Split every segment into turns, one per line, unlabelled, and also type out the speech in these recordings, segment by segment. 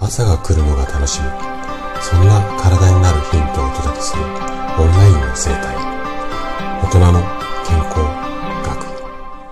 朝が来るのが楽しみ、そんな体になるヒントをお届けするオンラインの生態、大人の健康学。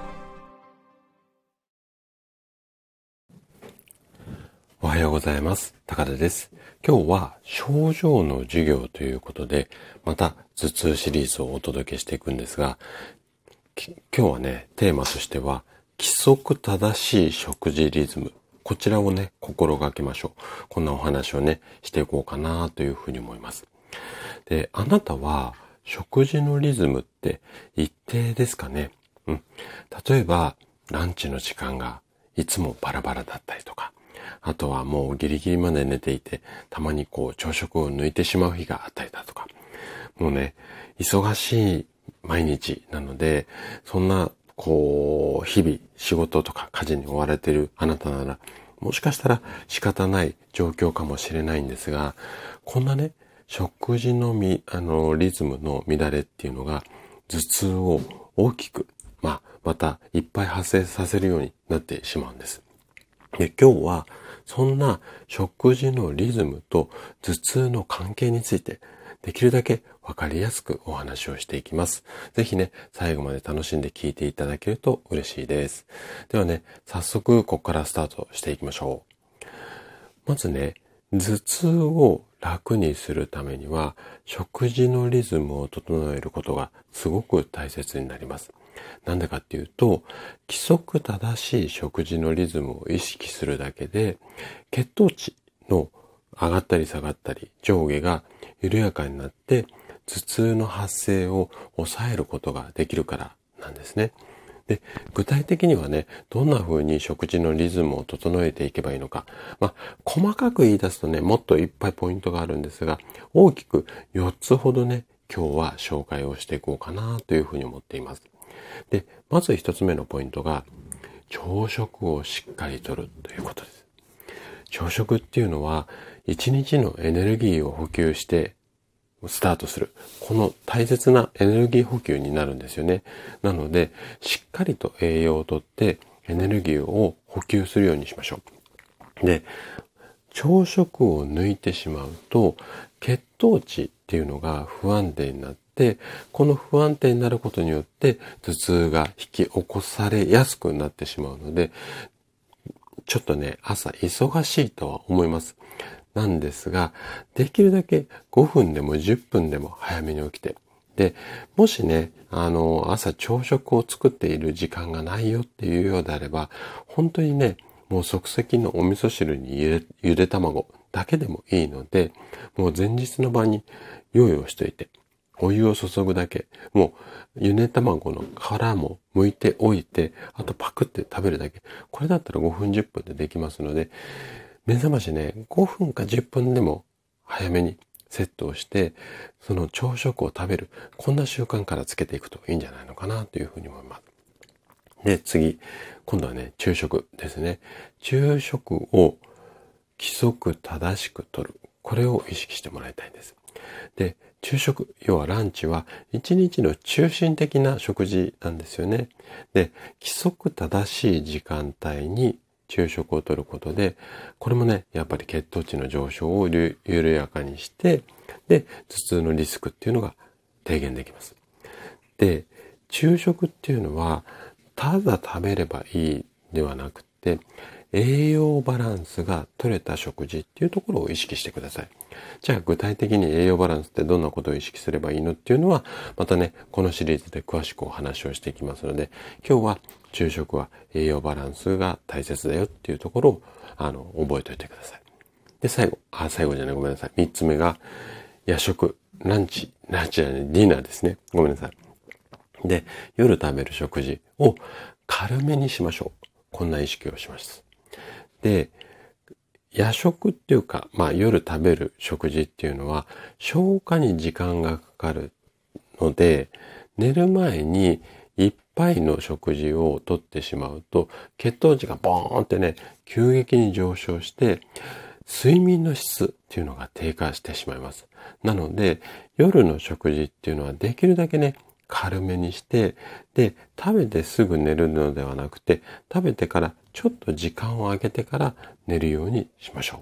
おはようございます。高田です。今日は症状の授業ということで、また頭痛シリーズをお届けしていくんですが、今日はね、テーマとしては規則正しい食事リズム、こちらをね、心がけましょう。こんなお話をね、していこうかなというふうに思います。で、あなたは食事のリズムって一定ですかね？例えば、ランチの時間がいつもバラバラだったりとか、あとはもうギリギリまで寝ていて、たまに朝食を抜いてしまう日があったりだとか、もうね、忙しい毎日なので、そんな日々仕事とか家事に追われているあなたなら、もしかしたら仕方ない状況かもしれないんですが、こんなね、食事のリズムの乱れっていうのが頭痛を大きく、またいっぱい発生させるようになってしまうんです。で、今日はそんな食事のリズムと頭痛の関係についてできるだけわかりやすくお話をしていきます。ぜひね、最後まで楽しんで聞いていただけると嬉しいです。ではね、早速ここからスタートしていきましょう。まずね、頭痛を楽にするためには、食事のリズムを整えることがすごく大切になります。なんでかっていうと、規則正しい食事のリズムを意識するだけで、血糖値の上がったり下がったり、上下が緩やかになって、頭痛の発生を抑えることができるからなんですね。で、具体的にはね、どんな風に食事のリズムを整えていけばいいのか。細かく言い出すとね、もっといっぱいポイントがあるんですが、大きく4つほどね、今日は紹介をしていこうかなというふうに思っています。で、まず1つ目のポイントが、朝食をしっかりとるということです。朝食っていうのは、1日のエネルギーを補給してスタートする。この大切なエネルギー補給になるんですよね。なので、しっかりと栄養をとってエネルギーを補給するようにしましょう。で、朝食を抜いてしまうと、血糖値っていうのが不安定になって、この不安定になることによって頭痛が引き起こされやすくなってしまうので、ちょっとね、朝忙しいとは思います。なんですが、できるだけ5分でも10分でも早めに起きて、で、もしね、朝朝食を作っている時間がないよっていうようであれば、本当にね、もう即席のお味噌汁にゆで卵だけでもいいので、もう前日の晩に用意をしといて、お湯を注ぐだけ、もうゆで卵の殻も剥いておいて、あとパクって食べるだけ。これだったら5分10分でできますので、目覚ましね、5分か10分でも早めにセットをして、その朝食を食べる、こんな習慣からつけていくといいんじゃないのかなというふうに思います。で、次、今度はね、昼食ですね。昼食を規則正しくとる。これを意識してもらいたいんです。で、昼食、要はランチは一日の中心的な食事なんですよね。で、規則正しい時間帯に昼食をとることで、これもね、やっぱり血糖値の上昇を緩やかにして、で、頭痛のリスクっていうのが低減できます。で、昼食っていうのは、ただ食べればいいではなくて、栄養バランスが取れた食事っていうところを意識してください。じゃあ具体的に栄養バランスってどんなことを意識すればいいのっていうのは、またね、このシリーズで詳しくお話をしていきますので、今日は昼食は栄養バランスが大切だよっていうところを、覚えておいてください。で、最後じゃない、ごめんなさい。3つ目が、夜食、ランチじゃない、ディナーですね。ごめんなさい。で、夜食べる食事を軽めにしましょう。こんな意識をします。で、夜食っていうか、夜食べる食事っていうのは消化に時間がかかるので、寝る前に一杯の食事をとってしまうと、血糖値がボーンってね、急激に上昇して、睡眠の質っていうのが低下してしまいます。なので、夜の食事っていうのはできるだけね、軽めにして、で、食べてすぐ寝るのではなくて、食べてからちょっと時間を空けてから寝るようにしましょう。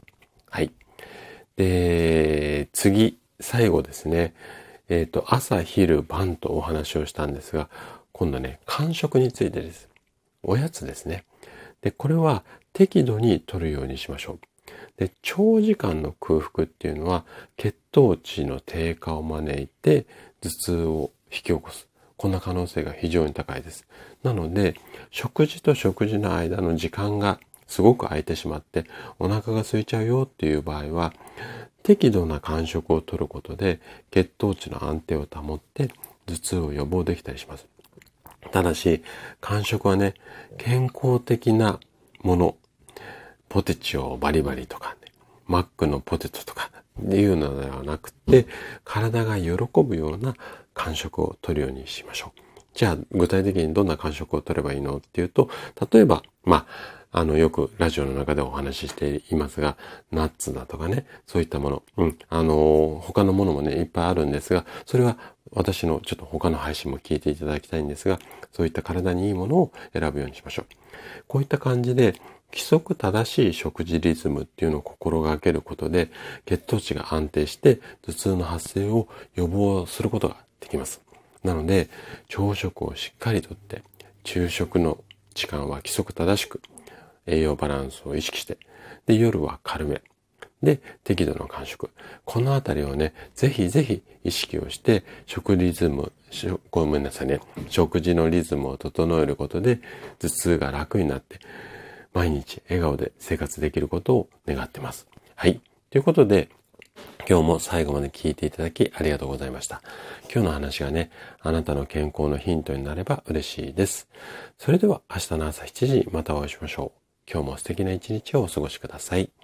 はい。で、最後ですね。朝、昼、晩とお話をしたんですが、今度ね、間食についてです。おやつですね。で、これは適度に摂るようにしましょう。で、長時間の空腹っていうのは血糖値の低下を招いて頭痛を引き起こす。こんな可能性が非常に高いです。なので、食事と食事の間の時間がすごく空いてしまってお腹が空いちゃうよっていう場合は、適度な間食を取ることで血糖値の安定を保って頭痛を予防できたりします。ただし、間食はね、健康的なもの、ポテチをバリバリとかね、マックのポテトとかっていうのではなくて、体が喜ぶような間食を取るようにしましょう。じゃあ、具体的にどんな間食を取ればいいのっていうと、例えば、よくラジオの中でお話ししていますが、ナッツだとかね、そういったもの、他のものもね、いっぱいあるんですが、それは私のちょっと他の配信も聞いていただきたいんですが、そういった体にいいものを選ぶようにしましょう。こういった感じで、規則正しい食事リズムっていうのを心がけることで、血糖値が安定して頭痛の発生を予防することができます。なので、朝食をしっかりとって、昼食の時間は規則正しく、栄養バランスを意識して、で、夜は軽め。で、適度な間食。このあたりをね、ぜひぜひ意識をして、食事のリズムを整えることで、頭痛が楽になって、毎日笑顔で生活できることを願ってます。はい。ということで、今日も最後まで聞いていただきありがとうございました。今日の話がね、あなたの健康のヒントになれば嬉しいです。それでは明日の朝7時にまたお会いしましょう。今日も素敵な一日をお過ごしください。